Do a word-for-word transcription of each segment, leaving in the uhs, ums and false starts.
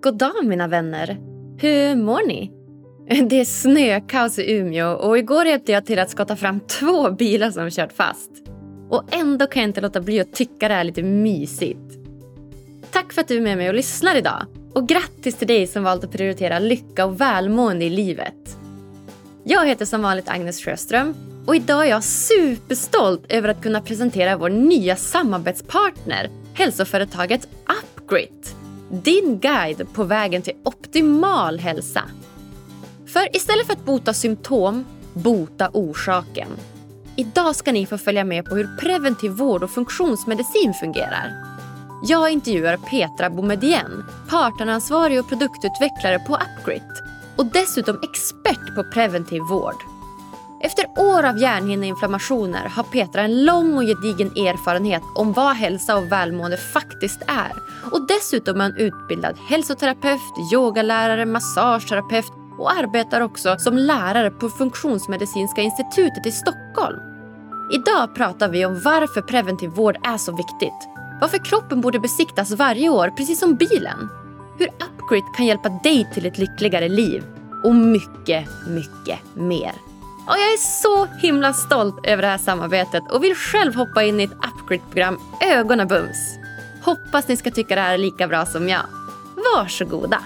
God dag mina vänner. Hur mår ni? Det är snökaos i Umeå och igår hjälpte jag till att skotta fram två bilar som kört fast. Och ändå kan jag inte låta bli att tycka det är lite mysigt. Tack för att du är med mig och lyssnar idag. Och grattis till dig som valt att prioritera lycka och välmående i livet. Jag heter som vanligt Agnes Sjöström och idag är jag superstolt över att kunna presentera vår nya samarbetspartner, hälsoföretaget UpGrit. Din guide på vägen till optimal hälsa. För istället för att bota symptom, bota orsaken. Idag ska ni få följa med på hur preventiv vård och funktionsmedicin fungerar. Jag intervjuar Petra Boumedienne, partneransvarig och produktutvecklare på UpGrit och dessutom expert på preventiv vård. Efter år av hjärnhinneinflammationer har Petra en lång och gedigen erfarenhet om vad hälsa och välmående faktiskt är. Och dessutom är hon utbildad hälsoterapeut, yogalärare, massageterapeut och arbetar också som lärare på Funktionsmedicinska institutet i Stockholm. Idag pratar vi om varför preventiv vård är så viktigt. Varför kroppen borde besiktas varje år, precis som bilen. Hur UpGrit kan hjälpa dig till ett lyckligare liv. Och mycket, mycket mer. Och jag är så himla stolt över det här samarbetet och vill själv hoppa in i ett UpGrit-program ögonen bums. Hoppas ni ska tycka det här är lika bra som jag. Varsågoda!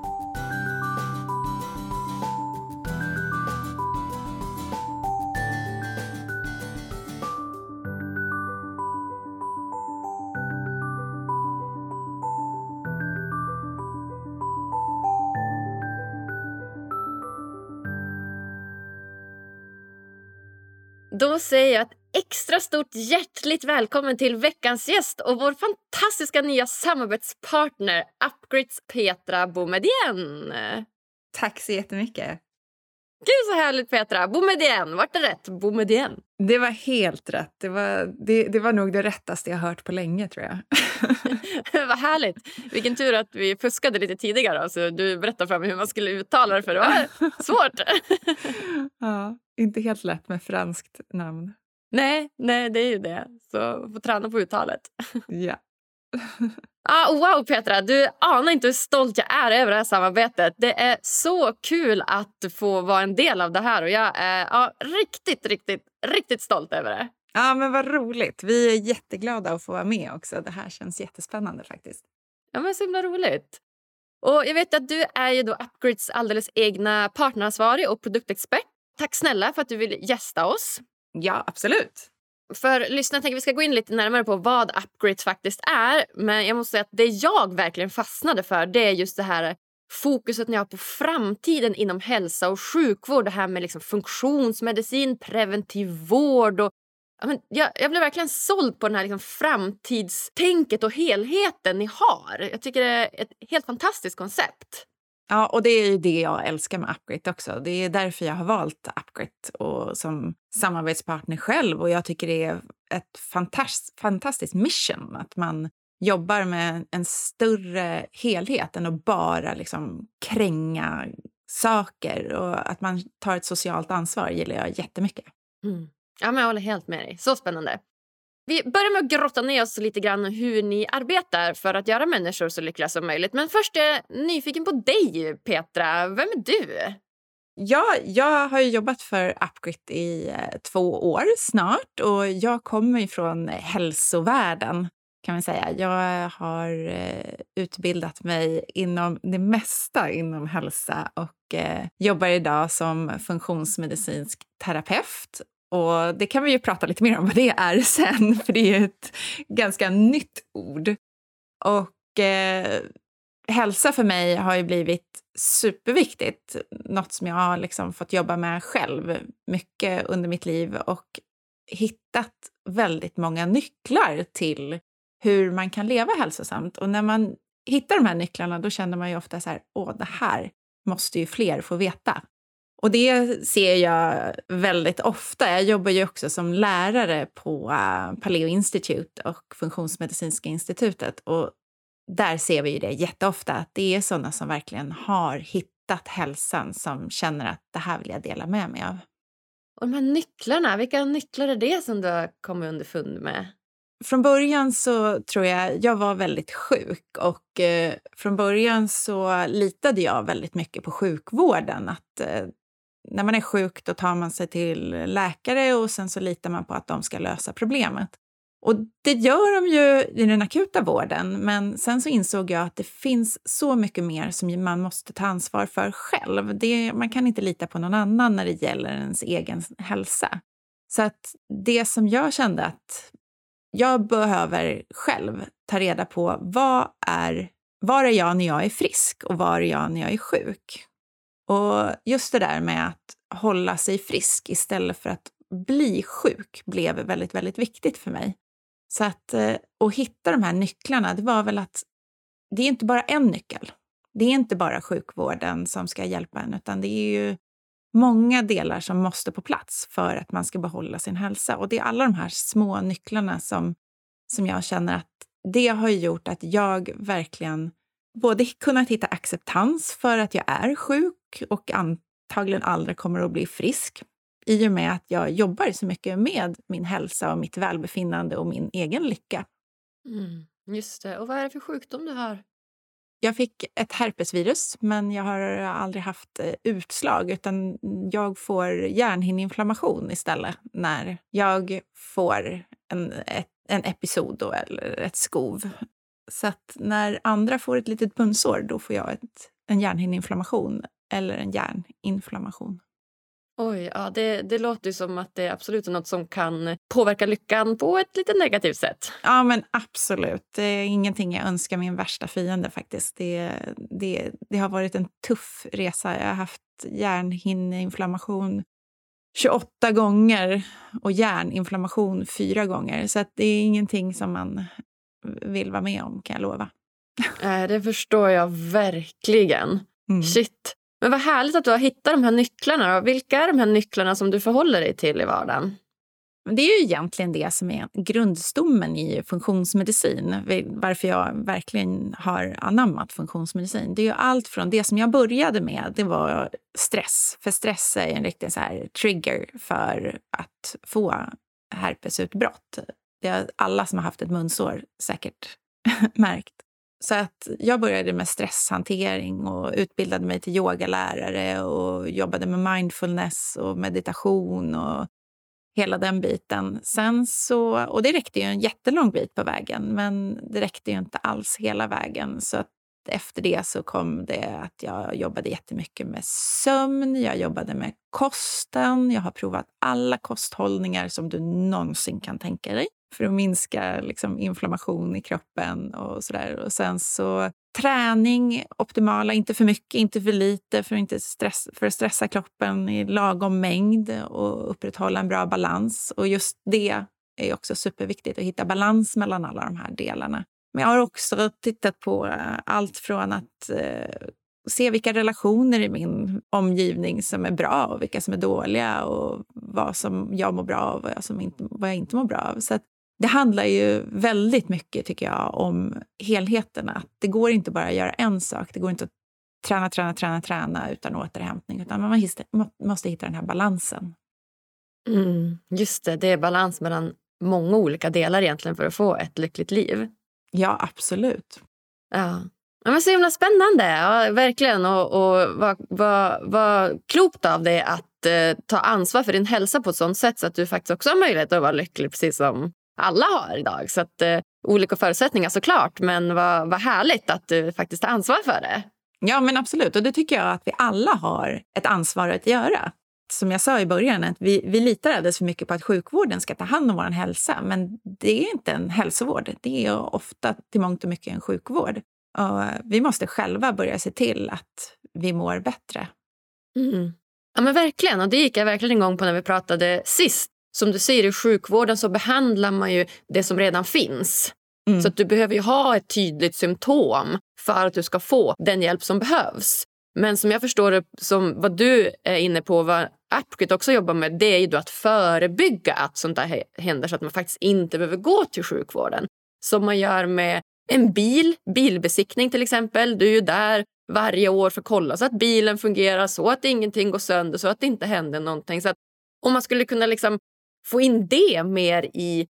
Då säger jag ett extra stort hjärtligt välkommen till veckans gäst och vår fantastiska nya samarbetspartner UpGrits Petra Boumedienne. Tack så jättemycket. Gud så härligt Petra. Boumedienne, vart det rätt? Boumedienne. Det var helt rätt. Det var, det, det var nog det rättaste jag hört på länge tror jag. Vad härligt. Vilken tur att vi fuskade lite tidigare. Alltså, du berättade för mig hur man skulle uttala det för det var svårt. Ja, inte helt lätt med franskt namn. Nej, nej det är ju det. Så få träna på uttalet. Ja. Ah, wow Petra, du anar inte hur stolt jag är över det här samarbetet. Det är så kul att få vara en del av det här och jag är ja, riktigt, riktigt, riktigt stolt över det. Ja, men vad roligt. Vi är jätteglada att få vara med också. Det här känns jättespännande faktiskt. Ja, men så himla roligt. Och jag vet att du är ju då UpGrits alldeles egna partneransvarig och produktexpert. Tack snälla för att du vill gästa oss. Ja, absolut. För lyssna, jag tänker vi ska gå in lite närmare på vad UpGrit faktiskt är. Men jag måste säga att det jag verkligen fastnade för det är just det här fokuset ni har på framtiden inom hälsa och sjukvård. Det här med liksom funktionsmedicin, preventiv vård och jag, jag blev verkligen såld på den här liksom framtidstänket och helheten ni har. Jag tycker det är ett helt fantastiskt koncept. Ja, och det är ju det jag älskar med UpGrit också. Det är därför jag har valt UpGrit och som samarbetspartner själv. Och jag tycker det är ett fantastiskt, fantastiskt mission att man jobbar med en större helhet än att bara liksom kränga saker. Och att man tar ett socialt ansvar gillar jag jättemycket. Mm. Ja, men jag håller helt med dig. Så spännande. Vi börjar med att grotta ner oss lite grann hur ni arbetar för att göra människor så lyckliga som möjligt. Men först är jag nyfiken på dig, Petra. Vem är du? Ja, jag har ju jobbat för UpGrit i eh, två år snart och jag kommer ifrån hälsovärlden kan man säga. Jag har eh, utbildat mig inom det mesta inom hälsa och eh, jobbar idag som funktionsmedicinsk terapeut. Och det kan vi ju prata lite mer om vad det är sen, för det är ett ganska nytt ord. Och eh, hälsa för mig har ju blivit superviktigt. Något som jag har liksom fått jobba med själv mycket under mitt liv och hittat väldigt många nycklar till hur man kan leva hälsosamt. Och när man hittar de här nycklarna då känner man ju ofta så här, åh det här måste ju fler få veta. Och det ser jag väldigt ofta. Jag jobbar ju också som lärare på uh, Paleo Institute och Funktionsmedicinska institutet. Och där ser vi ju det jätteofta. Att det är sådana som verkligen har hittat hälsan som känner att det här vill jag dela med mig av. Och de här nycklarna, vilka nycklar är det som du har kommit underfund med? från början så tror jag, jag var väldigt sjuk och eh, från början så litade jag väldigt mycket på sjukvården. Att eh, när man är sjuk då tar man sig till läkare och sen så litar man på att de ska lösa problemet. Och det gör de ju i den akuta vården, men sen så insåg jag att det finns så mycket mer som man måste ta ansvar för själv. Det, man kan inte lita på någon annan när det gäller ens egen hälsa. Så att det som jag kände att jag behöver själv ta reda på vad är, var är jag när jag är frisk och var är jag när jag är sjuk. Och just det där med att hålla sig frisk istället för att bli sjuk blev väldigt, väldigt viktigt för mig. Så att, att hitta de här nycklarna, det var väl att det är inte bara en nyckel. Det är inte bara sjukvården som ska hjälpa en, utan det är ju många delar som måste på plats för att man ska behålla sin hälsa. Och det är alla de här små nycklarna som, som jag känner att det har gjort att jag verkligen både kunnat hitta acceptans för att jag är sjuk och antagligen aldrig kommer att bli frisk. I och med att jag jobbar så mycket med min hälsa och mitt välbefinnande och min egen lycka. Mm, just det. Och vad är det för sjukdom du har? Jag fick ett herpesvirus, men jag har aldrig haft utslag utan jag får hjärnhinneinflammation istället när jag får en, ett, en episod då, eller ett skov. Så att när andra får ett litet munsår, då får jag ett, en hjärnhinneinflammation eller en hjärninflammation. Oj, ja, det, det låter ju som att det är absolut något som kan påverka lyckan på ett lite negativt sätt. Ja, men absolut. Det är ingenting jag önskar min värsta fiende faktiskt. Det, det, det har varit en tuff resa. Jag har haft hjärnhinneinflammation tjugoåtta gånger och hjärninflammation fyra gånger. Så att det är ingenting som man vill vara med om, kan jag lova. Äh, det förstår jag verkligen. Mm. Shit. Men vad härligt att du har hittat de här nycklarna. Vilka är de här nycklarna som du förhåller dig till i vardagen? Det är ju egentligen det som är grundstommen i funktionsmedicin. Varför jag verkligen har anammat funktionsmedicin. Det är ju allt från det som jag började med, det var stress. För stress är en riktig så här trigger för att få herpesutbrott. Det har alla som har haft ett munsår säkert märkt. Så att jag började med stresshantering och utbildade mig till yogalärare och jobbade med mindfulness och meditation och hela den biten. Sen så, och det räckte ju en jättelång bit på vägen, men det räckte ju inte alls hela vägen. Så att efter det så kom det att jag jobbade jättemycket med sömn, jag jobbade med kosten, jag har provat alla kosthållningar som du någonsin kan tänka dig för att minska liksom, inflammation i kroppen och sådär. Och sen så träning, optimala, inte för mycket, inte för lite, för att, inte stress, för att stressa kroppen i lagom mängd och upprätthålla en bra balans. Och just det är också superviktigt, att hitta balans mellan alla de här delarna. Men jag har också tittat på allt från att eh, se vilka relationer i min omgivning som är bra och vilka som är dåliga och vad som jag mår bra av och vad, som inte, vad jag inte mår bra av. Så att det handlar ju väldigt mycket, tycker jag, om helheterna. Det går inte bara att göra en sak. Det går inte att träna, träna, träna, träna utan återhämtning. Utan man måste hitta den här balansen. Mm, just det, det är balans mellan många olika delar egentligen för att få ett lyckligt liv. Ja, absolut. Ja, ja men så himla spännande. Ja, verkligen. Och, och vad, vad, vad klokt av dig att eh, ta ansvar för din hälsa på ett sånt sätt så att du faktiskt också har möjlighet att vara lycklig precis som alla har idag. Så att eh, olika förutsättningar såklart, men vad, vad härligt att du faktiskt tar ansvar för det. Ja, men absolut. Och det tycker jag att vi alla har ett ansvar att göra. Som jag sa i början, att vi, vi litar alldeles för mycket på att sjukvården ska ta hand om vår hälsa. Men det är inte en hälsovård. Det är ofta till mångt och mycket en sjukvård. Och vi måste själva börja se till att vi mår bättre. Mm. Ja, men verkligen. Och det gick jag verkligen igång på när vi pratade sist. Som du säger, i sjukvården så behandlar man ju det som redan finns. Mm. Så att du behöver ju ha ett tydligt symptom för att du ska få den hjälp som behövs. Men som jag förstår det, som vad du är inne på, vad AppGrit också jobbar med, det är ju då att förebygga att sånt där händer så att man faktiskt inte behöver gå till sjukvården. Som man gör med en bil, bilbesiktning till exempel. Du är ju där varje år för att kolla så att bilen fungerar, så att ingenting går sönder, så att det inte händer någonting. Så att om man skulle kunna liksom få in det mer i,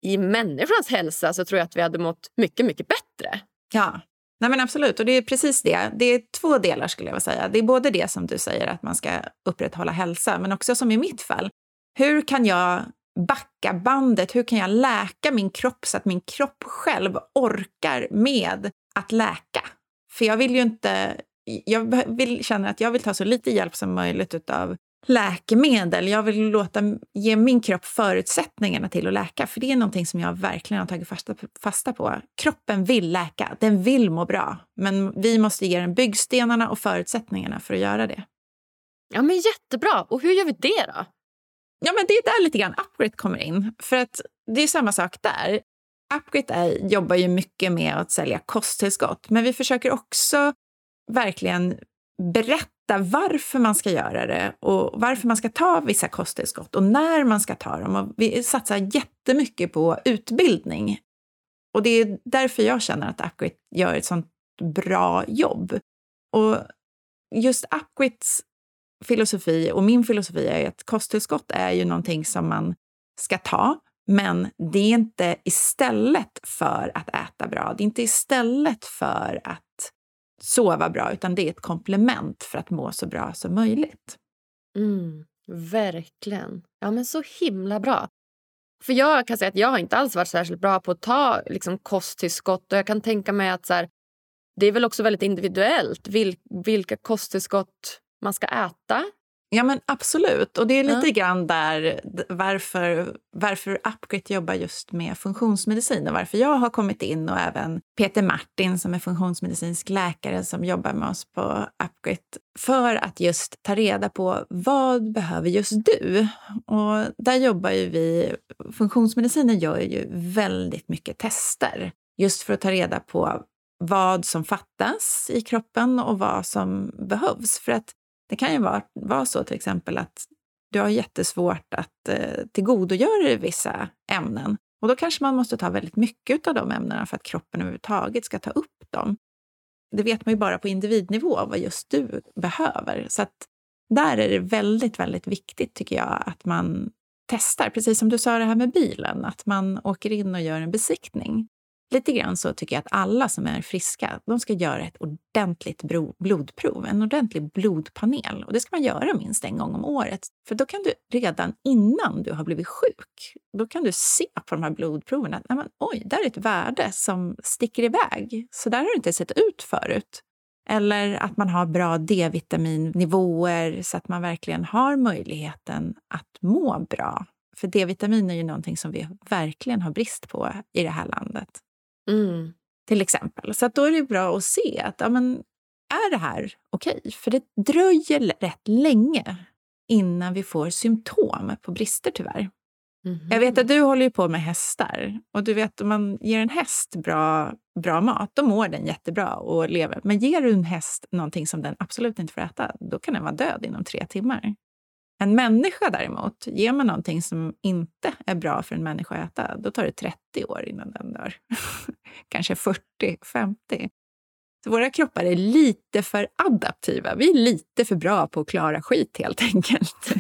i människans hälsa så tror jag att vi hade mått mycket, mycket bättre. Ja, nej men absolut. Och det är precis det. Det är två delar skulle jag vilja säga. Det är både det som du säger att man ska upprätthålla hälsa, men också som i mitt fall. Hur kan jag backa bandet? Hur kan jag läka min kropp så att min kropp själv orkar med att läka? För jag vill ju inte... Jag vill känna att jag vill ta så lite hjälp som möjligt av läkemedel. Jag vill låta ge min kropp förutsättningarna till att läka. För det är någonting som jag verkligen har tagit fasta, fasta på. Kroppen vill läka, den vill må bra. Men vi måste ge den byggstenarna och förutsättningarna för att göra det. Ja, men jättebra. Och hur gör vi det då? Ja, men det är där lite grann Upgrit kommer in. För att det är samma sak där. Upgrit är, jobbar ju mycket med att sälja kosttillskott. Men vi försöker också verkligen berätta varför man ska göra det och varför man ska ta vissa kosttillskott och när man ska ta dem. Och vi satsar jättemycket på utbildning. Och det är därför jag känner att Upgrit gör ett sånt bra jobb. Och just Upgrits filosofi och min filosofi är att kosttillskott är ju någonting som man ska ta. Men det är inte istället för att äta bra. Det är inte istället för att sova bra, utan det är ett komplement för att må så bra som möjligt. Mm, verkligen. Ja, men så himla bra. För jag kan säga att jag har inte alls varit särskilt bra på att ta liksom, kosttillskott. Och jag kan tänka mig att så här, det är väl också väldigt individuellt vil, vilka kosttillskott man ska äta. Ja, men absolut. Och det är lite ja. grann där varför, varför Upgrit jobbar just med funktionsmedicin och varför jag har kommit in och även Peter Martin som är funktionsmedicinsk läkare som jobbar med oss på Upgrit för att just ta reda på vad behöver just du. Och där jobbar ju vi, funktionsmedicinen gör ju väldigt mycket tester just för att ta reda på vad som fattas i kroppen och vad som behövs. För att det kan ju vara, vara så till exempel att du har jättesvårt att eh, tillgodogöra dig vissa ämnen. Och då kanske man måste ta väldigt mycket av de ämnena för att kroppen överhuvudtaget ska ta upp dem. Det vet man ju bara på individnivå vad just du behöver. Så att där är det väldigt, väldigt viktigt tycker jag att man testar. Precis som du sa det här med bilen, att man åker in och gör en besiktning. Lite grann så tycker jag att alla som är friska, de ska göra ett ordentligt blodprov, en ordentlig blodpanel. Och det ska man göra minst en gång om året. För då kan du redan innan du har blivit sjuk, då kan du se på de här blodproverna att nej men, oj, där är ett värde som sticker iväg. Så där har det inte sett ut förut. Eller att man har bra D-vitaminnivåer så att man verkligen har möjligheten att må bra. För D-vitamin är ju någonting som vi verkligen har brist på i det här landet. Mm. Till exempel. Så att då är det bra att se att ja, men, är det här okej? Okay? För det dröjer rätt länge innan vi får symptom på brister tyvärr. Mm-hmm. Jag vet att du håller ju på med hästar. Och du vet om man ger en häst bra, bra mat, då mår den jättebra och lever. Men ger du en häst någonting som den absolut inte får äta, då kan den vara död inom tre timmar. En människa däremot, ger man någonting som inte är bra för en människa att äta, då tar det trettio år innan den dör. Kanske fyrtio, femtio. Så våra kroppar är lite för adaptiva. Vi är lite för bra på att klara skit helt enkelt.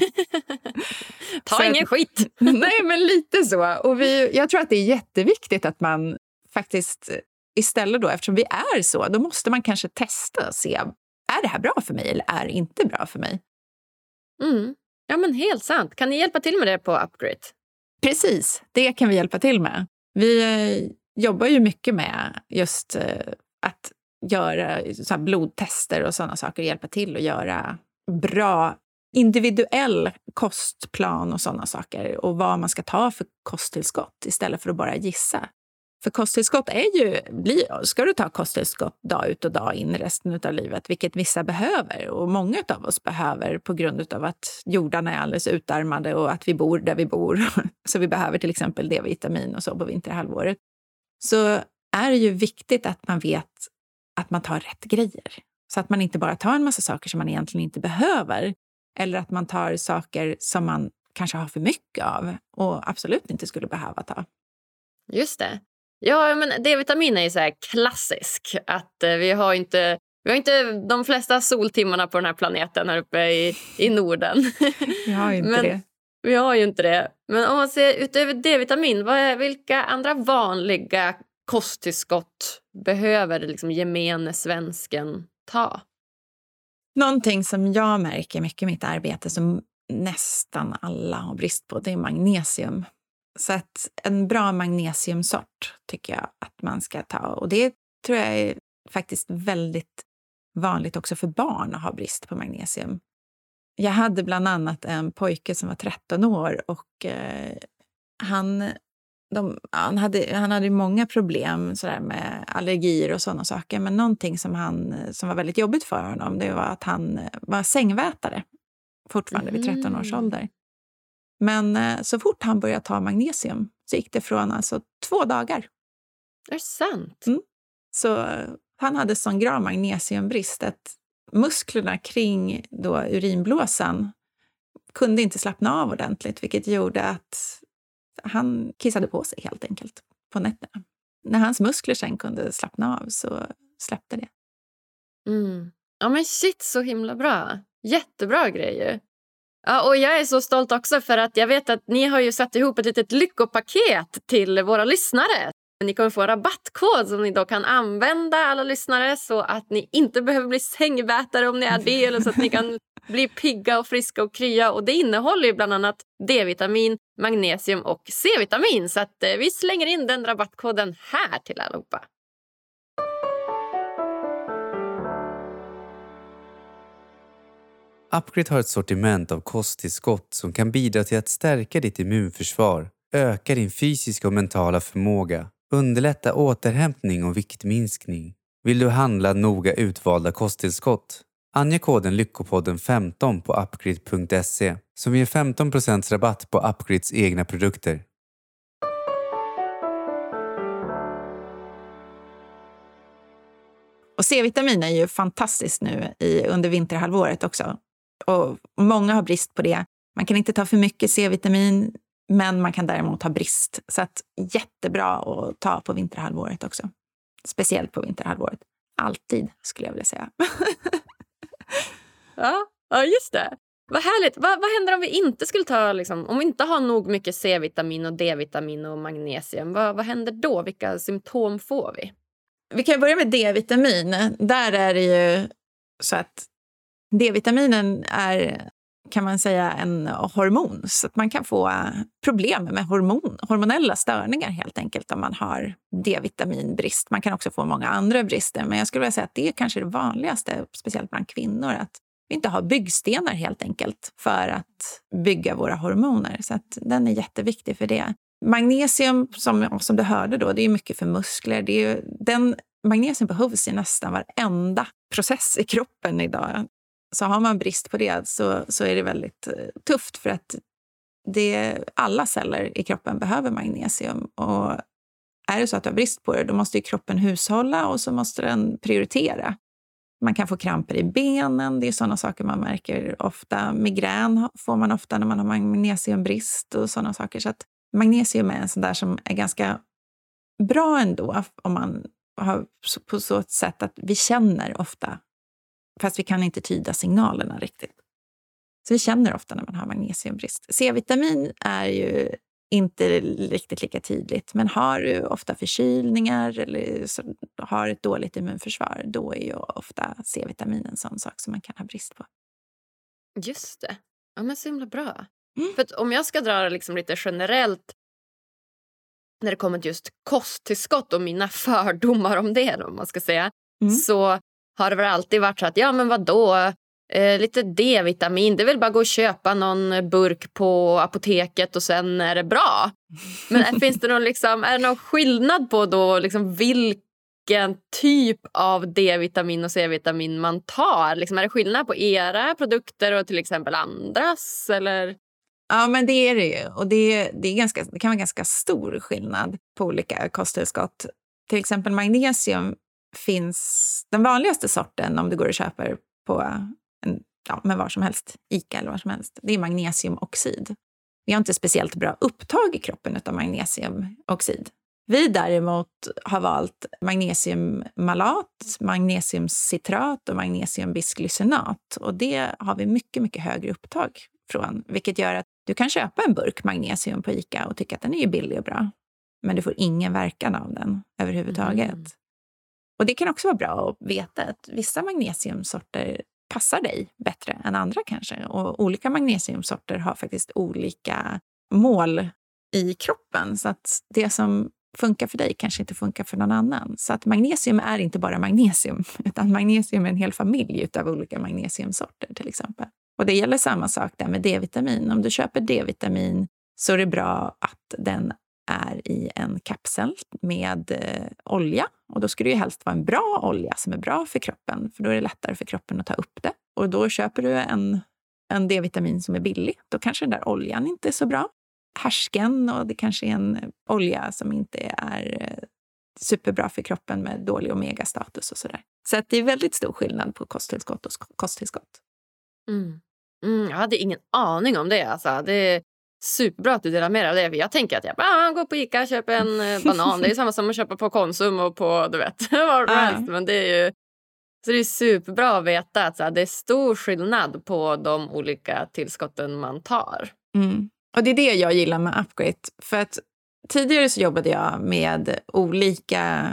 Ta så ingen att, skit! Nej, men lite så. Och vi, jag tror att det är jätteviktigt att man faktiskt istället då, eftersom vi är så, då måste man kanske testa och se, är det här bra för mig eller är det inte bra för mig? Mm. Ja, men helt sant. Kan ni hjälpa till med det på Upgrit? Precis, det kan vi hjälpa till med. Vi eh, jobbar ju mycket med just eh, att göra så här blodtester och sådana saker, hjälpa till att göra bra individuell kostplan och sådana saker och vad man ska ta för kosttillskott istället för att bara gissa. För kosttillskott är ju, blir, ska du ta kosttillskott dag ut och dag in resten av livet, vilket vissa behöver och många av oss behöver på grund av att jordarna är alldeles utarmade och att vi bor där vi bor. Så vi behöver till exempel D-vitamin och så på vinterhalvåret. Så är det ju viktigt att man vet att man tar rätt grejer. Så att man inte bara tar en massa saker som man egentligen inte behöver. Eller att man tar saker som man kanske har för mycket av och absolut inte skulle behöva ta. Just det. Ja, men D-vitamin är ju så här klassisk. Att eh, vi har inte vi har inte de flesta soltimmarna på den här planeten här uppe i, i Norden. Vi har inte men, det. Vi har ju inte det. Men om man ser utöver D-vitamin, vad är, vilka andra vanliga kosttillskott behöver liksom gemene svensken ta? Någonting som jag märker mycket i mitt arbete som nästan alla har brist på, det är magnesium. Så att en bra magnesiumsort tycker jag att man ska ta. Och det tror jag är faktiskt väldigt vanligt också för barn att ha brist på magnesium. Jag hade bland annat en pojke som var tretton år och eh, han, de, han, hade, han hade många problem sådär med allergier och sådana saker. Men någonting som, han, som var väldigt jobbigt för honom, det var att han var sängvätare fortfarande mm. vid tretton års ålder. Men eh, så fort han började ta magnesium så gick det från alltså två dagar. Är det sant? Mm. Så eh, han hade sån grav magnesiumbrist att musklerna kring då urinblåsan kunde inte slappna av ordentligt, vilket gjorde att han kissade på sig helt enkelt på nätterna. När hans muskler sen kunde slappna av så släppte det. Mm. Ja men shit, så himla bra. Jättebra grejer. Ja, och jag är så stolt också för att jag vet att ni har ju satt ihop ett litet lyckopaket till våra lyssnare. Ni kommer få en rabattkod som ni då kan använda, alla lyssnare, så att ni inte behöver bli sängvätare om ni är det, eller så att ni kan bli pigga och friska och krya. Och det innehåller ju bland annat D-vitamin, magnesium och C-vitamin. Så att eh, vi slänger in den rabattkoden här till allihopa. Upgrade har ett sortiment av kosttillskott som kan bidra till att stärka ditt immunförsvar, öka din fysiska och mentala förmåga, underlätta återhämtning och viktminskning. Vill du handla noga utvalda kosttillskott? Ange koden Lyckopodden femton på upgrade punkt se som ger femton procent rabatt på Upgrades egna produkter. Och C-vitamin är ju fantastiskt nu i, under vinterhalvåret också. Och många har brist på det. Man kan inte ta för mycket C-vitamin, men man kan däremot ha brist. Så att jättebra att ta på vinterhalvåret också. Speciellt på vinterhalvåret. Alltid, skulle jag vilja säga. ja, ja, just det. Vad härligt. Vad, vad händer om vi inte skulle ta, liksom, om vi inte har nog mycket C-vitamin och D-vitamin och magnesium? Vad, vad händer då? Vilka symptom får vi? Vi kan börja med D-vitamin. Där är det ju så att D-vitaminen är, kan man säga, en hormon. Så att man kan få problem med hormon, hormonella störningar helt enkelt om man har D-vitaminbrist. Man kan också få många andra brister. Men jag skulle vilja säga att det är kanske det vanligaste, speciellt bland kvinnor, att vi inte har byggstenar helt enkelt för att bygga våra hormoner. Så att den är jätteviktig för det. Magnesium, som, som du hörde då, det är mycket för muskler. Det är ju, den, magnesium behövs i nästan varenda process i kroppen idag. Så har man brist på det så, så är det väldigt tufft, för att det, alla celler i kroppen behöver magnesium. Och är det så att du har brist på det, då måste ju kroppen hushålla och så måste den prioritera. Man kan få kramper i benen, det är sådana saker man märker ofta. Migrän får man ofta när man har magnesiumbrist och sådana saker. Så att magnesium är en sån där som är ganska bra ändå, om man har på så sätt att vi känner ofta, fast vi kan inte tyda signalerna riktigt. Så vi känner ofta när man har magnesiumbrist. C-vitamin är ju inte riktigt lika tydligt, men har du ofta förkylningar eller har ett dåligt immunförsvar, då är ju ofta C-vitamin en sån sak som man kan ha brist på. Just det. Ja, men så himla bra. Mm. För att om jag ska dra det liksom lite generellt när det kommer till just kosttillskott och mina fördomar om det, om man ska säga, mm. så har det väl alltid varit så att, ja men vadå, eh, lite D-vitamin, det är väl bara gå och köpa någon burk på apoteket och sen är det bra. Men finns det någon, liksom, är det någon skillnad på då liksom vilken typ av D-vitamin och C-vitamin man tar? Liksom, är det skillnad på era produkter och till exempel andras, eller? Ja, men det är det ju. Och det, det, är ganska, det kan vara ganska stor skillnad på olika kosttillskott. Till exempel magnesium finns, den vanligaste sorten om du går och köper på en, ja, men var som helst, Ica eller var som helst, det är magnesiumoxid. Vi har inte speciellt bra upptag i kroppen av magnesiumoxid. Vi däremot har valt magnesiummalat, magnesiumcitrat och magnesiumbisglycinat. Och det har vi mycket, mycket högre upptag från. Vilket gör att du kan köpa en burk magnesium på ICA och tycka att den är billig och bra. Men du får ingen verkan av den överhuvudtaget. Mm. Och det kan också vara bra att veta att vissa magnesiumsorter passar dig bättre än andra kanske. Och olika magnesiumsorter har faktiskt olika mål i kroppen. Så att det som funkar för dig kanske inte funkar för någon annan. Så att magnesium är inte bara magnesium, utan magnesium är en hel familj av olika magnesiumsorter till exempel. Och det gäller samma sak där med D-vitamin. Om du köper D-vitamin så är det bra att den är i en kapsel med eh, olja. Och då ska det ju helst vara en bra olja som är bra för kroppen. För då är det lättare för kroppen att ta upp det. Och då köper du en, en D-vitamin som är billig. Då kanske den där oljan inte är så bra. Härsken, och det kanske är en olja som inte är eh, superbra för kroppen med dålig omega-status och sådär. Så att det är väldigt stor skillnad på kosttillskott och kosttillskott. Mm. Mm, jag hade ingen aning om det. Alltså. Det är superbra att du delar med dig av det. För jag tänker att jag bara, går på ICA och köper en eh, banan. Det är samma som att köpa på Konsum och på, du vet, vad som helst. Men det är ju så det är superbra att veta att så här, det är stor skillnad på de olika tillskotten man tar. Mm. Och det är det jag gillar med Upgrade. För att tidigare så jobbade jag med olika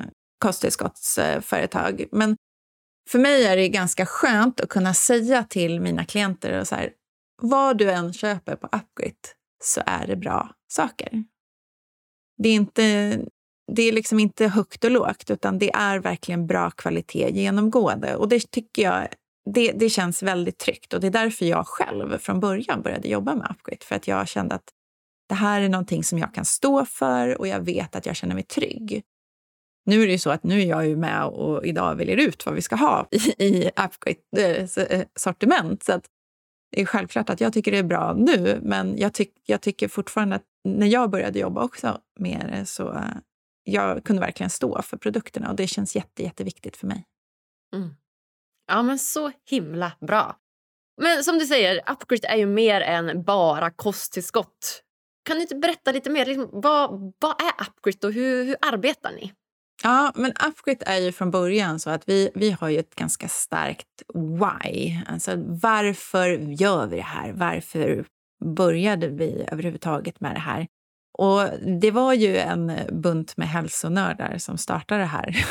kosttillskottsföretag. Men för mig är det ganska skönt att kunna säga till mina klienter och så här, vad du än köper på Upgrade så är det bra saker. Det är, inte, det är liksom inte högt och lågt, utan det är verkligen bra kvalitet genomgående. Och det tycker jag, det, det känns väldigt tryggt. Och det är därför jag själv från början började jobba med Upgrade. För att jag kände att det här är någonting som jag kan stå för och jag vet att jag känner mig trygg. Nu är det ju så att nu är jag ju med och idag väljer ut vad vi ska ha i, i Upgrade-sortiment. Så att det är självklart att jag tycker det är bra nu, men jag, tyck, jag tycker fortfarande att när jag började jobba också med det så jag kunde verkligen stå för produkterna och det känns jätte, jätteviktigt för mig. Mm. Ja, men så himla bra. Men som du säger, Upgrade är ju mer än bara kosttillskott. Kan du inte berätta lite mer? Liksom, vad, vad är Upgrade och hur, hur arbetar ni? Ja, men Upgrade är ju från början så att vi, vi har ju ett ganska starkt why. Alltså varför gör vi det här? Varför började vi överhuvudtaget med det här? Och det var ju en bunt med hälsonördar som startade det här.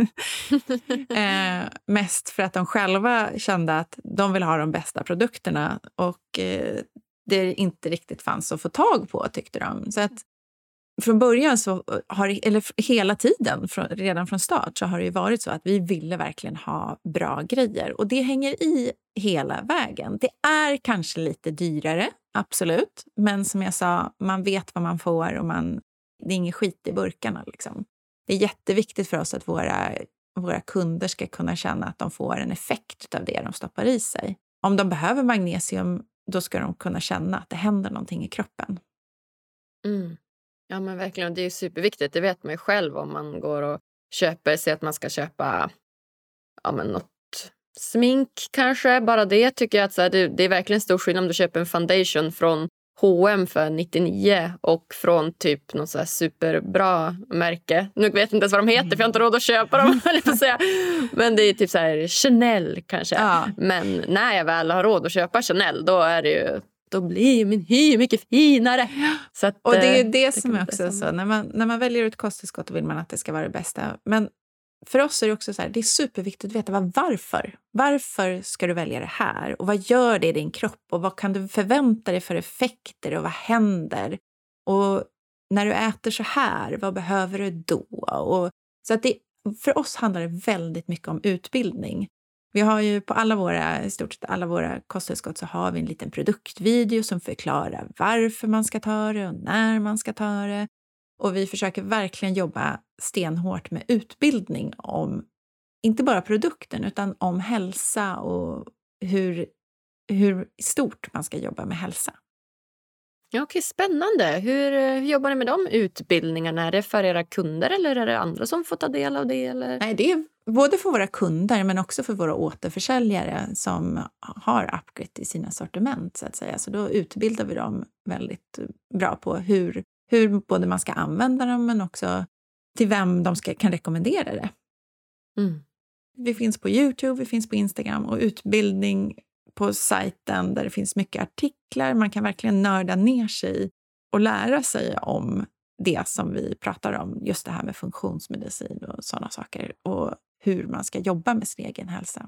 eh, mest för att de själva kände att de vill ha de bästa produkterna och eh, det inte riktigt fanns att få tag på, tyckte de. Så att från början så har, eller hela tiden, redan från start, så har det ju varit så att vi ville verkligen ha bra grejer. Och det hänger i hela vägen. Det är kanske lite dyrare, absolut. Men som jag sa, man vet vad man får och man, det är ingen skit i burkarna. Liksom. Det är jätteviktigt för oss att våra, våra kunder ska kunna känna att de får en effekt av det de stoppar i sig. Om de behöver magnesium, då ska de kunna känna att det händer någonting i kroppen. Mm. Ja, men verkligen, det är superviktigt. Det vet man ju själv om man går och köper, sig att man ska köpa ja, men något smink kanske. Bara det tycker jag att så här, det, det är verkligen stor skillnad om du köper en foundation från H och M för nittionio och från typ något så här superbra märke. Nu vet jag inte ens vad de heter för jag har inte råd att köpa dem. Men det är typ så här Chanel kanske. Ja. Men när jag väl har råd att köpa Chanel, då är det ju då blir min hy mycket finare. Så att, och det är det, det som är också så. När man, när man väljer ut kosttillskott vill man att det ska vara det bästa. Men för oss är det också så här, det är superviktigt att veta vad, varför. Varför ska du välja det här? Och vad gör det i din kropp? Och vad kan du förvänta dig för effekter? Och vad händer? Och när du äter så här, vad behöver du då? Och, så att det, för oss handlar det väldigt mycket om utbildning. Vi har ju på alla våra, i stort sett alla våra kosttillskott så har vi en liten produktvideo som förklarar varför man ska ta det och när man ska ta det. Och vi försöker verkligen jobba stenhårt med utbildning om inte bara produkten utan om hälsa och hur, hur stort man ska jobba med hälsa. Ja, okej, spännande. Hur, hur jobbar ni med de utbildningarna? Är det för era kunder eller är det andra som får ta del av det? Eller? Nej, det är både för våra kunder men också för våra återförsäljare som har Upgrade i sina sortiment så att säga. Så då utbildar vi dem väldigt bra på hur, hur både man ska använda dem men också till vem de ska, kan rekommendera det. Mm. Vi finns på YouTube, vi finns på Instagram och utbildning på sajten där det finns mycket artiklar. Man kan verkligen nörda ner sig och lära sig om det som vi pratar om. Just det här med funktionsmedicin och sådana saker. Och hur man ska jobba med sin egen hälsa.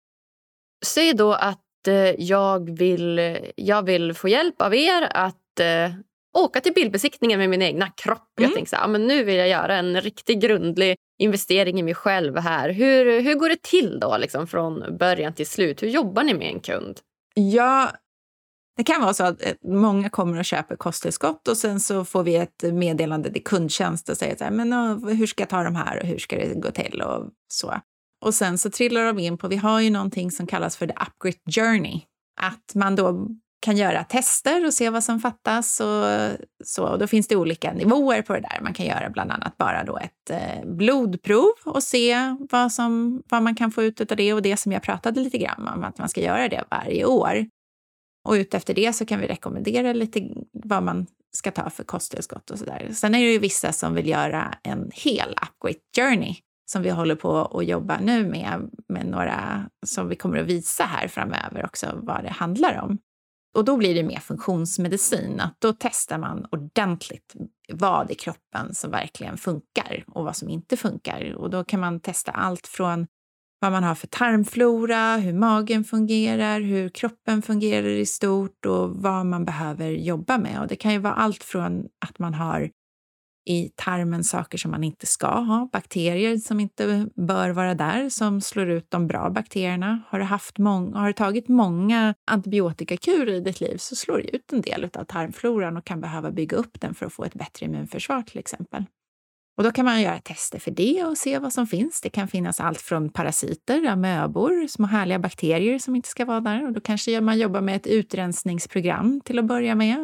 Säg då att eh, jag, vill, jag vill få hjälp av er att eh, åka till bilbesiktningen med min egna kropp. Mm. Jag tänker så här, men nu vill jag göra en riktigt grundlig investering i mig själv här. Hur, hur går det till då liksom, från början till slut? Hur jobbar ni med en kund? Ja, det kan vara så att många kommer och köper kosttillskott och sen så får vi ett meddelande till kundtjänst och säger så här, men hur ska jag ta de här och hur ska det gå till och så. Och sen så trillar de in på, vi har ju någonting som kallas för the upgrade journey. Att man då kan göra tester och se vad som fattas och så. Och då finns det olika nivåer på det där. Man kan göra bland annat bara då ett eh, blodprov och se vad, som, vad man kan få ut av det. Och det som jag pratade lite grann om, att man ska göra det varje år. Och utefter det så kan vi rekommendera lite vad man ska ta för kosttillskott och sådär. Sen är det ju vissa som vill göra en hel upgrade journey som vi håller på att jobba nu med, med några som vi kommer att visa här framöver också vad det handlar om. Och då blir det mer funktionsmedicin, att då testar man ordentligt vad i kroppen som verkligen funkar och vad som inte funkar. Och då kan man testa allt från vad man har för tarmflora, hur magen fungerar, hur kroppen fungerar i stort och vad man behöver jobba med. Och det kan ju vara allt från att man har i tarmen saker som man inte ska ha, bakterier som inte bör vara där, som slår ut de bra bakterierna. Har du, haft mång- har du tagit många antibiotikakurer i ditt liv så slår det ut en del av tarmfloran och kan behöva bygga upp den för att få ett bättre immunförsvar till exempel. Och då kan man göra tester för det och se vad som finns. Det kan finnas allt från parasiter, amöbor, små härliga bakterier som inte ska vara där. Och då kanske man jobbar med ett utrensningsprogram till att börja med.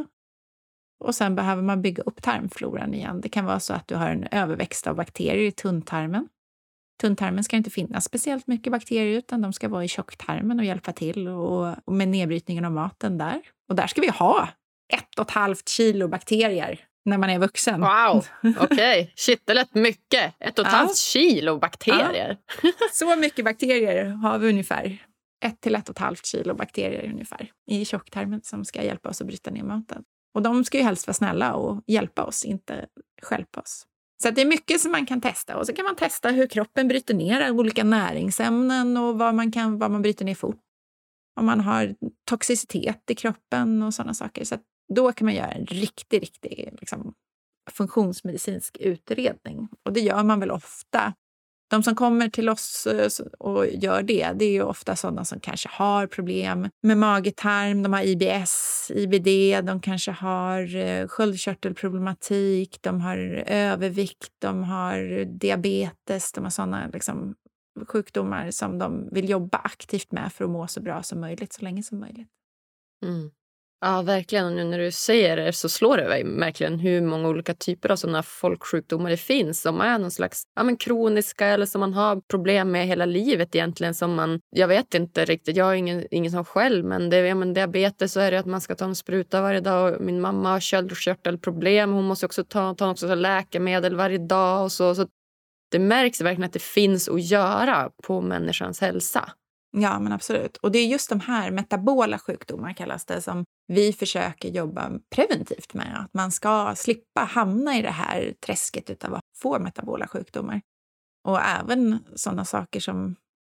Och sen behöver man bygga upp tarmfloran igen. Det kan vara så att du har en överväxt av bakterier i tunntarmen. Tunntarmen ska inte finnas speciellt mycket bakterier utan de ska vara i tjocktarmen och hjälpa till och, och med nedbrytningen av maten där. Och där ska vi ha ett och ett halvt kilo bakterier när man är vuxen. Wow, okej. Okay. Shit, det lät mycket. Ett och ett ja. halvt kilo bakterier. Ja. Så mycket bakterier har vi ungefär. Ett till ett och ett halvt kilo bakterier ungefär i tjocktarmen som ska hjälpa oss att bryta ner maten. Och de ska ju helst vara snälla och hjälpa oss, inte stjälpa oss. Så att det är mycket som man kan testa. Och så kan man testa hur kroppen bryter ner olika näringsämnen och vad man, kan, vad man bryter ner fort. Om man har toxicitet i kroppen och sådana saker. Så att då kan man göra en riktig, riktig liksom, funktionsmedicinsk utredning. Och det gör man väl ofta. De som kommer till oss och gör det, det är ju ofta sådana som kanske har problem med mage-tarm, de har I B S, I B D, de kanske har sköldkörtelproblematik, de har övervikt, de har diabetes, de har sådana liksom, sjukdomar som de vill jobba aktivt med för att må så bra som möjligt, så länge som möjligt. Mm. Ja, verkligen. Och nu när du säger det så slår det verkligen hur många olika typer av sådana folksjukdomar det finns som är någon slags ja, men kroniska eller som man har problem med hela livet egentligen. Som man, jag vet inte riktigt, jag har ingen, ingen som själv, men, det, ja, men diabetes så är det att man ska ta en spruta varje dag. Min mamma har sköldkörtelproblem, hon måste också ta, ta också läkemedel varje dag och så. Så det märks verkligen att det finns att göra på människans hälsa. Ja, men absolut. Och det är just de här metabola sjukdomar kallas det som vi försöker jobba preventivt med. Att man ska slippa hamna i det här träsket av att få metabola sjukdomar. Och även sådana saker som,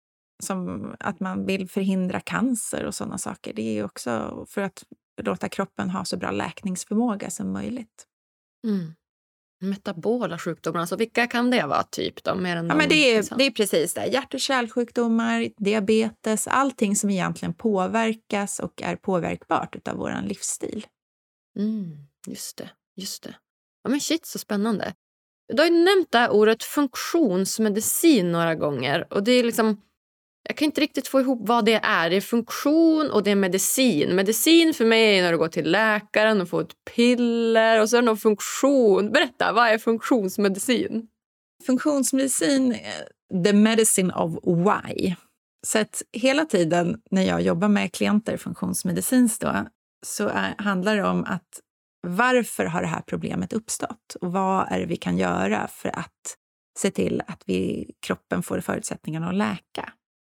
som att man vill förhindra cancer och sådana saker. Det är ju också för att låta kroppen ha så bra läkningsförmåga som möjligt. Mm. Metabola sjukdomar, alltså vilka kan det vara typ då? Mer än ja, men det, är, liksom. det är precis det. Hjärt- och kärlsjukdomar, diabetes, allting som egentligen påverkas och är påverkbart av vår livsstil. Mm, just det, just det. Ja men shit, så spännande. Du har ju nämnt det här ordet funktionsmedicin några gånger och det är liksom, jag kan inte riktigt få ihop vad det är. Det är funktion och det är medicin. Medicin för mig är när du går till läkaren och får ett piller och så är det någon funktion. Berätta, vad är funktionsmedicin? Funktionsmedicin är the medicine of why. Så att hela tiden när jag jobbar med klienter funktionsmedicinskt då, så är, handlar det om att varför har det här problemet uppstått? Och vad är det vi kan göra för att se till att vi, kroppen får förutsättningarna att läka?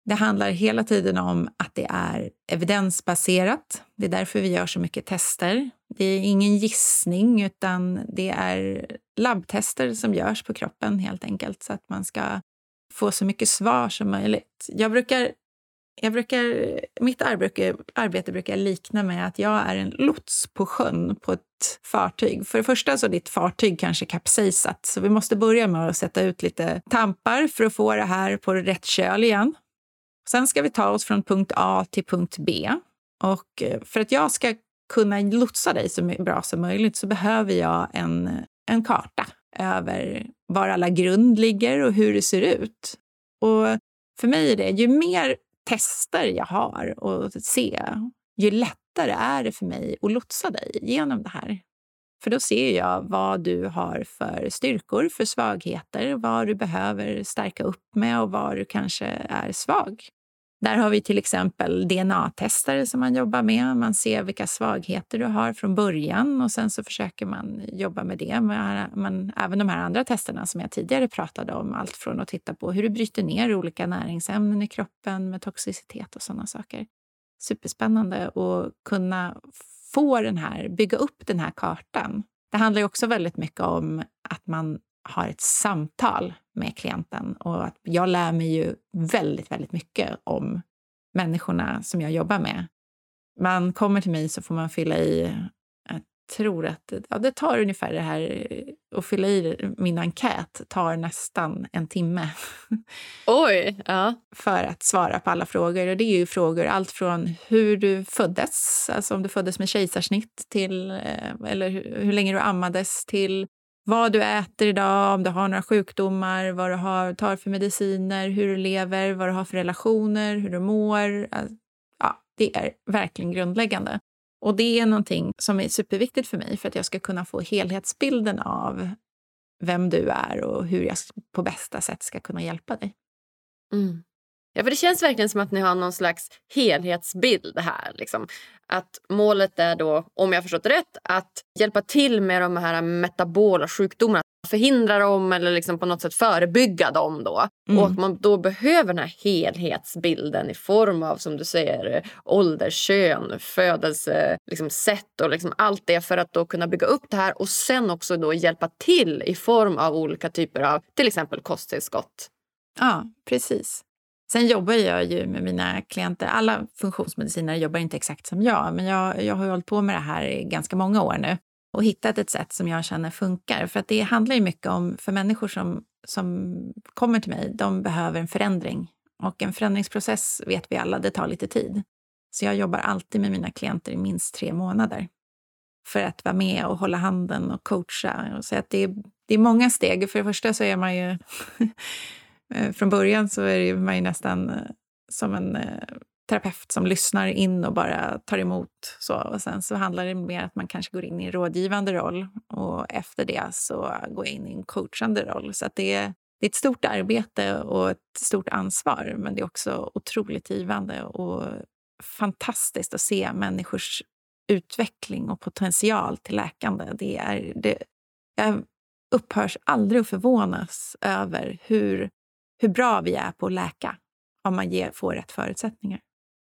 Det handlar hela tiden om att det är evidensbaserat. Det är därför vi gör så mycket tester. Det är ingen gissning utan det är labbtester som görs på kroppen helt enkelt. Så att man ska få så mycket svar som möjligt. Jag brukar, jag brukar, mitt arbete, arbete brukar likna med att jag är en lots på sjön på ett fartyg. För det första så är ditt fartyg kanske kapsejsat. Så vi måste börja med att sätta ut lite tampar för att få det här på rätt köl igen. Sen ska vi ta oss från punkt A till punkt B. Och för att jag ska kunna lotsa dig så bra som möjligt så behöver jag en, en karta över var alla grund ligger och hur det ser ut. Och för mig är det, ju mer tester jag har att se, ju lättare är det för mig att lotsa dig genom det här. För då ser jag vad du har för styrkor, för svagheter, vad du behöver stärka upp med och vad du kanske är svag. Där har vi till exempel D N A-tester som man jobbar med. Man ser vilka svagheter du har från början och sen så försöker man jobba med det. Men även de här andra testerna som jag tidigare pratade om. Allt från att titta på hur du bryter ner olika näringsämnen i kroppen med toxicitet och sådana saker. Superspännande att kunna få den här, bygga upp den här kartan. Det handlar ju också väldigt mycket om att man har ett samtal med klienten och att jag lär mig ju väldigt, väldigt mycket om människorna som jag jobbar med. Man kommer till mig så får man fylla i, jag tror att ja, det tar ungefär det här att fylla i min enkät tar nästan en timme. Oj, ja. För att svara på alla frågor. Och det är ju frågor allt från hur du föddes, alltså om du föddes med kejsarsnitt till, eller hur, hur länge du ammades till vad du äter idag, om du har några sjukdomar, vad du har, tar för mediciner, hur du lever, vad du har för relationer, hur du mår. Ja, det är verkligen grundläggande. Och det är någonting som är superviktigt för mig för att jag ska kunna få helhetsbilden av vem du är och hur jag på bästa sätt ska kunna hjälpa dig. Mm. Ja, för det känns verkligen som att ni har någon slags helhetsbild här. Liksom. Att målet är då, om jag har förstått rätt, att hjälpa till med de här metabola sjukdomarna. Förhindra dem eller liksom på något sätt förebygga dem då. Mm. Och att man då behöver den här helhetsbilden i form av, som du säger, ålder, kön, födelse, liksom sätt och liksom allt det för att då kunna bygga upp det här. Och sen också då hjälpa till i form av olika typer av till exempel kosttillskott. Ja, precis. Sen jobbar jag ju med mina klienter, alla funktionsmedicinare jobbar inte exakt som jag, men jag, jag har ju hållit på med det här i ganska många år nu och hittat ett sätt som jag känner funkar. För att det handlar ju mycket om, för människor som, som kommer till mig, de behöver en förändring. Och en förändringsprocess vet vi alla, det tar lite tid. Så jag jobbar alltid med mina klienter i minst tre månader. För att vara med och hålla handen och coacha. Och så att det, är, det är många steg. För det första så är man ju... Från början så är det man ju nästan som en terapeut som lyssnar in och bara tar emot. Så. Och sen så handlar det mer att man kanske går in i en rådgivande roll. Och efter det så går jag in i en coachande roll. Så att det, är, det är ett stort arbete och ett stort ansvar. Men det är också otroligt givande och fantastiskt att se människors utveckling och potential till läkande. Det är, det, jag upphörs aldrig att förvånas över hur hur bra vi är på att läka om man ger, får rätt förutsättningar.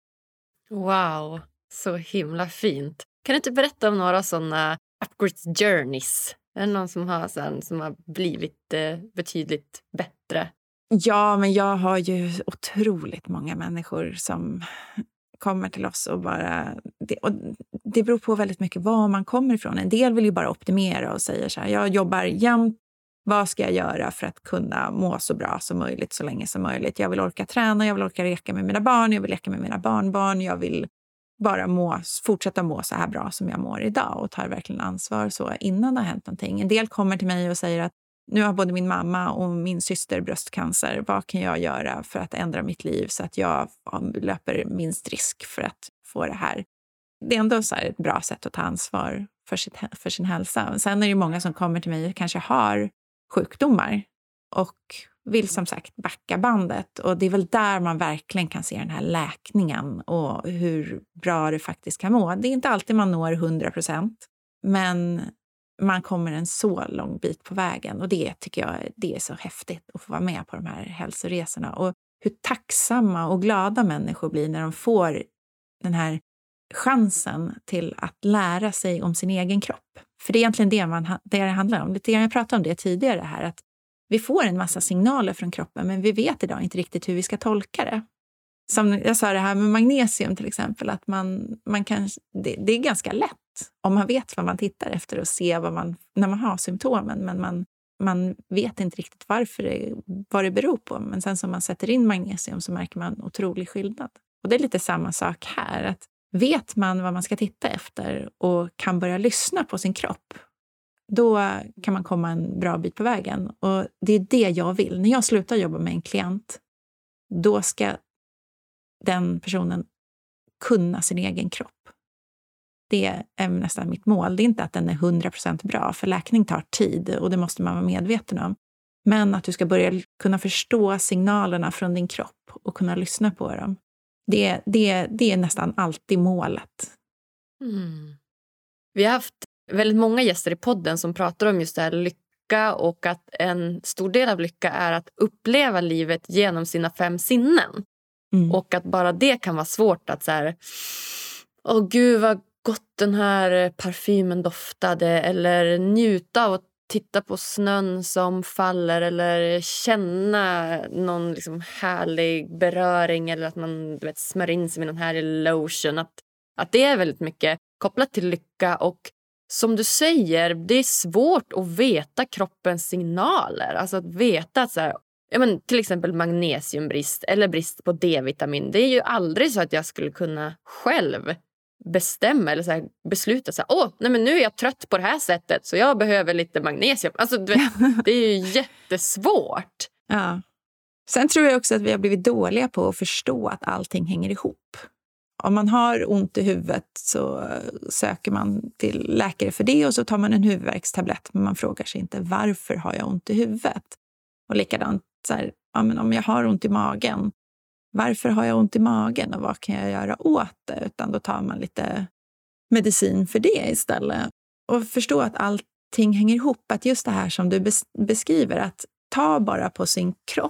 Wow, så himla fint. Kan du inte berätta om några sådana upgrade journeys? Är det någon som har, sen, som har blivit eh, betydligt bättre? Ja, men jag har ju otroligt många människor som kommer till oss och bara... Det, och det beror på väldigt mycket var man kommer ifrån. En del vill ju bara optimera och säger så här, jag jobbar jämt. Vad ska jag göra för att kunna må så bra som möjligt så länge som möjligt? Jag vill orka träna, jag vill orka leka med mina barn, jag vill leka med mina barnbarn. Jag vill bara må, fortsätta må så här bra som jag mår idag och tar verkligen ansvar så innan det har hänt någonting. En del kommer till mig och säger att nu har både min mamma och min syster bröstcancer. Vad kan jag göra för att ändra mitt liv så att jag löper minst risk för att få det här? Det är ändå så här ett bra sätt att ta ansvar för, sitt, för sin hälsa. Sen är det många som kommer till mig och kanske har sjukdomar och vill som sagt backa bandet. Och det är väl där man verkligen kan se den här läkningen och hur bra det faktiskt kan må. Det är inte alltid man når hundra procent, men man kommer en så lång bit på vägen. Och det tycker jag det är så häftigt att få vara med på de här hälsoresorna. Och hur tacksamma och glada människor blir när de får den här chansen till att lära sig om sin egen kropp. För det är egentligen det, man, det det handlar om. Lite grann jag pratade om det tidigare här, att vi får en massa signaler från kroppen, men vi vet idag inte riktigt hur vi ska tolka det. Som jag sa det här med magnesium till exempel, att man, man kan, det, det är ganska lätt om man vet vad man tittar efter och ser vad man, när man har symptomen, men man, man vet inte riktigt varför det, vad det beror på. Men sen som man sätter in magnesium så märker man otrolig skillnad. Och det är lite samma sak här, att vet man vad man ska titta efter och kan börja lyssna på sin kropp, då kan man komma en bra bit på vägen. Och det är det jag vill. När jag slutar jobba med en klient, då ska den personen kunna sin egen kropp. Det är nästan mitt mål. Det är inte att den är hundra procent bra, för läkning tar tid och det måste man vara medveten om. Men att du ska börja kunna förstå signalerna från din kropp och kunna lyssna på dem. Det, det, det är nästan alltid målet. Mm. Vi har haft väldigt många gäster i podden som pratar om just det här lycka, och att en stor del av lycka är att uppleva livet genom sina fem sinnen. Mm. Och att bara det kan vara svårt att så här, åh gud vad gott den här parfymen doftade, eller njuta av att titta på snön som faller, eller känna någon liksom härlig beröring, eller att man, du vet, smörjer in sig med någon härlig lotion. Att, att det är väldigt mycket kopplat till lycka, och som du säger, det är svårt att veta kroppens signaler. Alltså att veta att så här, ja, men till exempel magnesiumbrist eller brist på D-vitamin. Det är ju aldrig så att jag skulle kunna själv bestämma eller så här besluta så här, åh, nej men nu är jag trött på det här sättet så jag behöver lite magnesium. Alltså du vet, det är ju jättesvårt. Ja. Sen tror jag också att vi har blivit dåliga på att förstå att allting hänger ihop. Om man har ont i huvudet så söker man till läkare för det och så tar man en huvudvärkstablett, men man frågar sig inte varför har jag ont i huvudet? Och likadant så här, ja, men om jag har ont i magen, varför har jag ont i magen och vad kan jag göra åt det? Utan då tar man lite medicin för det istället. Och förstå att allting hänger ihop. Att just det här som du beskriver, att ta bara på sin kropp.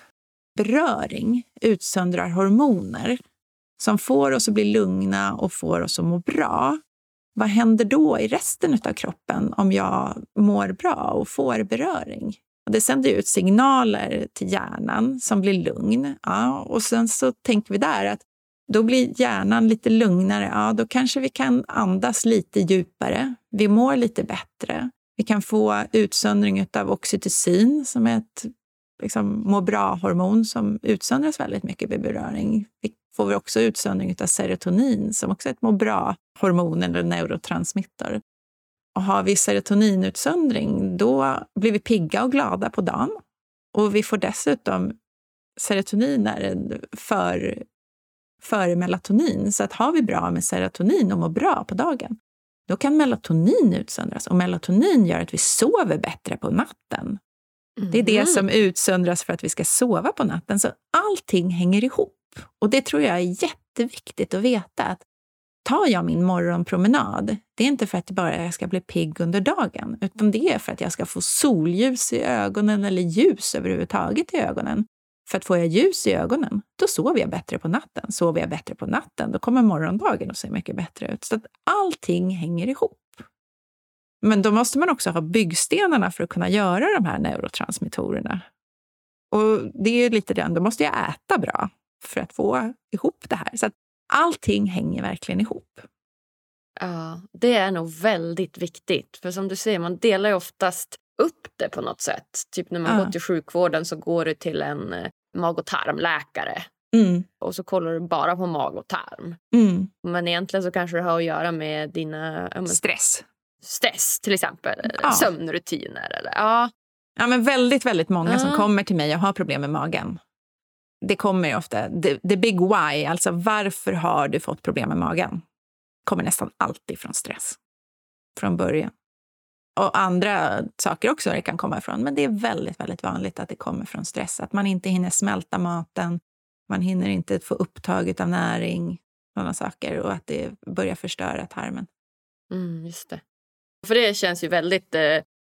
Beröring utsöndrar hormoner som får oss att bli lugna och får oss att må bra. Vad händer då i resten av kroppen om jag mår bra och får beröring? Och det sänder ut signaler till hjärnan som blir lugn. Ja, och sen så tänker vi där att då blir hjärnan lite lugnare. Ja, då kanske vi kan andas lite djupare. Vi mår lite bättre. Vi kan få utsöndring av oxytocin som är ett liksom, må bra-hormon som utsöndras väldigt mycket vid beröring. Vi får också utsöndring av serotonin som också är ett må bra-hormon eller neurotransmitter. Och har vi serotoninutsöndring, då blir vi pigga och glada på dagen. Och vi får dessutom serotoniner för, för melatonin. Så att har vi bra med serotonin och mår bra på dagen, då kan melatonin utsöndras. Och melatonin gör att vi sover bättre på natten. Mm. Det är det som utsöndras för att vi ska sova på natten. Så allting hänger ihop. Och det tror jag är jätteviktigt att veta, att tar jag min morgonpromenad, det är inte för att bara jag ska bli pigg under dagen, utan det är för att jag ska få solljus i ögonen eller ljus överhuvudtaget i ögonen. För att få jag ljus i ögonen, då sover jag bättre på natten. Sover jag bättre på natten, då kommer morgondagen att se mycket bättre ut. Så att allting hänger ihop. Men då måste man också ha byggstenarna för att kunna göra de här neurotransmittorerna. Och det är lite den, då måste jag äta bra för att få ihop det här. Så att allting hänger verkligen ihop. Ja, det är nog väldigt viktigt. För som du säger, man delar ju oftast upp det på något sätt. Typ när man ja. går till sjukvården så går du till en mag- och tarmläkare. Mm. Och så kollar du bara på mag och tarm. Mm. Men egentligen så kanske det har att göra med dina... Ja, men, stress. Stress till exempel. Ja. Sömnrutiner. Eller, ja. ja, men väldigt, väldigt många ja. som kommer till mig och har problem med magen. Det kommer ju ofta, the, the big why, alltså varför har du fått problem med magen? Kommer nästan alltid från stress. Från början. Och andra saker också det kan komma ifrån. Men det är väldigt, väldigt vanligt att det kommer från stress. Att man inte hinner smälta maten. Man hinner inte få upptaget av näring. Sådana saker. Och att det börjar förstöra tarmen. Mm, just det. För det känns ju väldigt eh,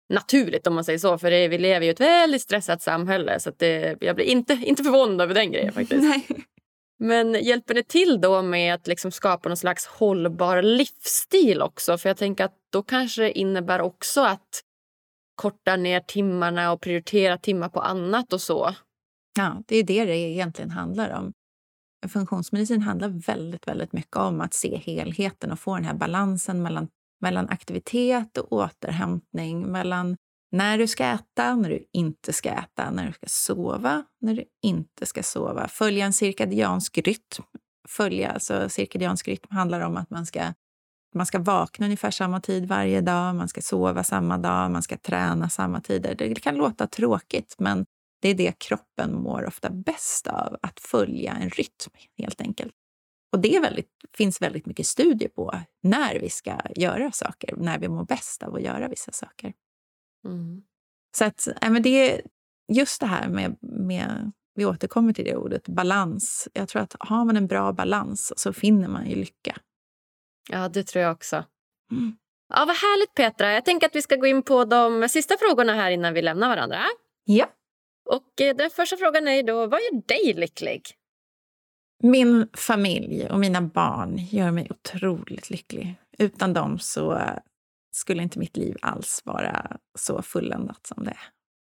naturligt om man säger så. För det, vi lever ju i ett väldigt stressat samhälle. Så att det, jag blir inte, inte förvånad över den grejen faktiskt. Nej. Men hjälper det till då med att liksom skapa någon slags hållbar livsstil också? För jag tänker att då kanske det innebär också att korta ner timmarna och prioritera timmar på annat och så. Ja, det är det det egentligen handlar om. Funktionsmedicin handlar väldigt, väldigt mycket om att se helheten och få den här balansen mellan, mellan aktivitet och återhämtning, mellan när du ska äta, när du inte ska äta, när du ska sova, när du inte ska sova. Följa en cirkadiansk rytm. Följa, alltså cirkadiansk rytm handlar om att man ska, man ska vakna ungefär samma tid varje dag, man ska sova samma dag, man ska träna samma tider. Det kan låta tråkigt, men det är det kroppen mår ofta bäst av, att följa en rytm helt enkelt. Och det är väldigt, finns väldigt mycket studier på när vi ska göra saker, när vi mår bäst av att göra vissa saker. Mm. Så att, äh, men det är just det här med, med, vi återkommer till det ordet, balans. Jag tror att har man en bra balans så finner man ju lycka. Ja, det tror jag också. Mm. Ja, vad härligt Petra. Jag tänker att vi ska gå in på de sista frågorna här innan vi lämnar varandra. Ja. Och eh, den första frågan är då, vad gör dig lycklig? Min familj och mina barn gör mig otroligt lycklig. Utan dem så skulle inte mitt liv alls vara så fulländat som det är.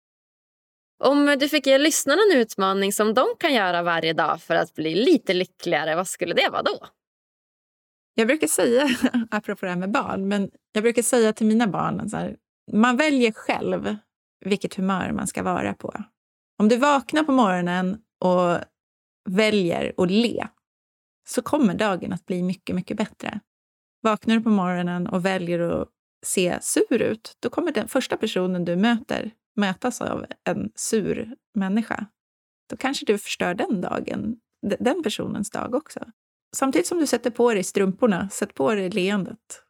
Om du fick ge lyssnarna en utmaning som de kan göra varje dag för att bli lite lyckligare, vad skulle det vara då? Jag brukar säga, apropå det här med barn, men jag brukar säga till mina barn så här, man väljer själv vilket humör man ska vara på. Om du vaknar på morgonen och väljer att le så kommer dagen att bli mycket, mycket bättre. Vaknar du på morgonen och väljer att se sur ut, då kommer den första personen du möter mötas av en sur människa. Då kanske du förstör den dagen, den personens dag också. Samtidigt som du sätter på dig strumporna, sätt på dig leendet.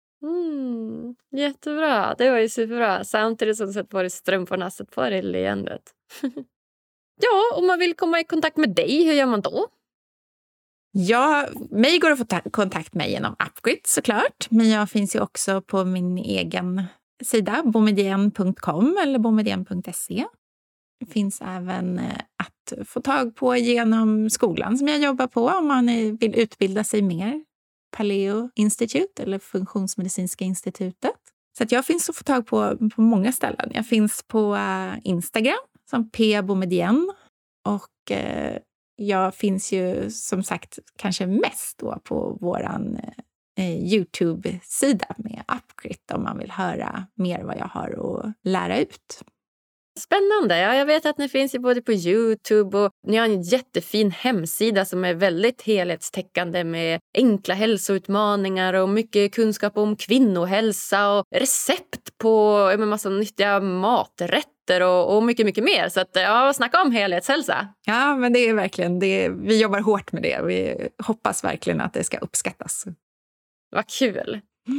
Mm, jättebra, det var ju superbra. Samtidigt som du sätter på dig strumporna, sätt på dig leendet. Ja, om man vill komma i kontakt med dig, hur gör man då? Ja, mig går att få ta- kontakt med genom Upgrit såklart. Men jag finns ju också på min egen sida, bomedien punkt com eller bomedien punkt se. Det finns även att få tag på genom skolan som jag jobbar på om man vill utbilda sig mer. Paleo Institute eller Funktionsmedicinska institutet. Så att jag finns att få tag på på många ställen. Jag finns på Instagram som p bomedien och eh, jag finns ju som sagt kanske mest då på våran eh, YouTube-sida med Upgrit om man vill höra mer vad jag har att lära ut. Spännande. Ja, jag vet att ni finns ju både på YouTube och ni har en jättefin hemsida som är väldigt helhetstäckande med enkla hälsoutmaningar och mycket kunskap om kvinnohälsa och recept på en massa nyttiga maträtter och, och mycket, mycket mer. Så att, ja, snacka om helhetshälsa. Ja, men det är verkligen, det, vi jobbar hårt med det. Vi hoppas verkligen att det ska uppskattas. Vad kul.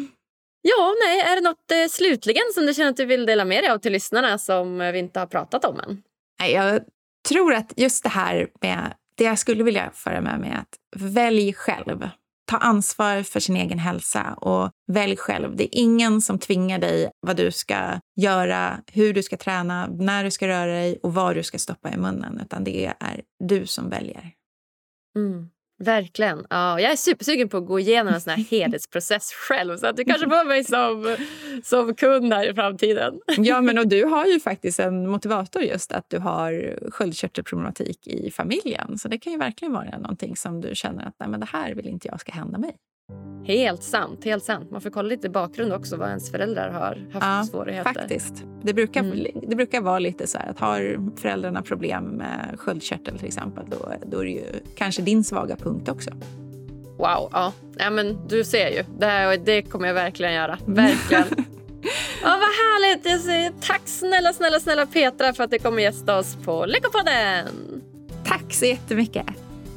Ja, nej, är det något eh, slutligen som du känner att du vill dela med dig av till lyssnarna som vi inte har pratat om än? Nej, jag tror att just det här med, det jag skulle vilja föra med mig är att välj själv. Ta ansvar för sin egen hälsa och välj själv. Det är ingen som tvingar dig vad du ska göra, hur du ska träna, när du ska röra dig och vad du ska stoppa i munnen. Utan det är du som väljer. Mm. Verkligen. Ja, jag är supersugen på att gå igenom en sån här helhetsprocess själv. Så att du kanske får mig som, som kund här i framtiden. Ja, men och du har ju faktiskt en motivator just att du har sköldkörtelproblematik i familjen. Så det kan ju verkligen vara någonting som du känner att nej, men det här vill inte jag ska hända mig. Helt sant, helt sant. Man får kolla lite bakgrund också vad ens föräldrar har haft ja, svårigheter. Faktiskt. Det brukar, mm. det brukar vara lite så här att har föräldrarna problem med sköldkörtel till exempel, då, då är det ju kanske din svaga punkt också. Wow, ja. Ja men du ser ju. Det, här, det kommer jag verkligen göra. Verkligen. Ja, vad härligt. Jag säger tack snälla, snälla, snälla Petra för att du kommer gästa oss på Lyckopodden. Tack så jättemycket.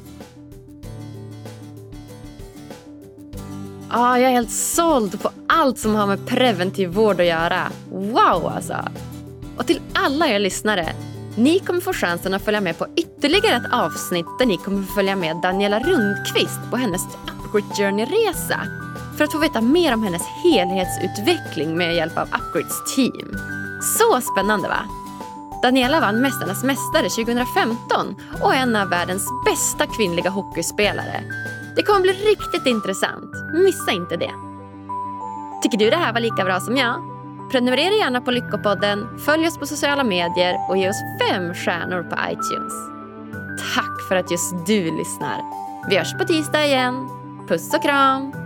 Ja, jag är helt såld på allt som har med preventiv vård att göra. Wow alltså! Och till alla er lyssnare, ni kommer få chansen att följa med på ytterligare ett avsnitt där ni kommer få följa med Daniela Rundqvist på hennes Upgrit Journey-resa för att få veta mer om hennes helhetsutveckling med hjälp av Upgrits team. Så spännande, va? Daniela vann Mästarnas mästare tjugohundrafemton och är en av världens bästa kvinnliga hockeyspelare. Det kommer bli riktigt intressant. Missa inte det. Tycker du det här var lika bra som jag? Prenumerera gärna på Lyckopodden, följ oss på sociala medier och ge oss fem stjärnor på iTunes. Tack för att just du lyssnar. Vi hörs på tisdag igen. Puss och kram!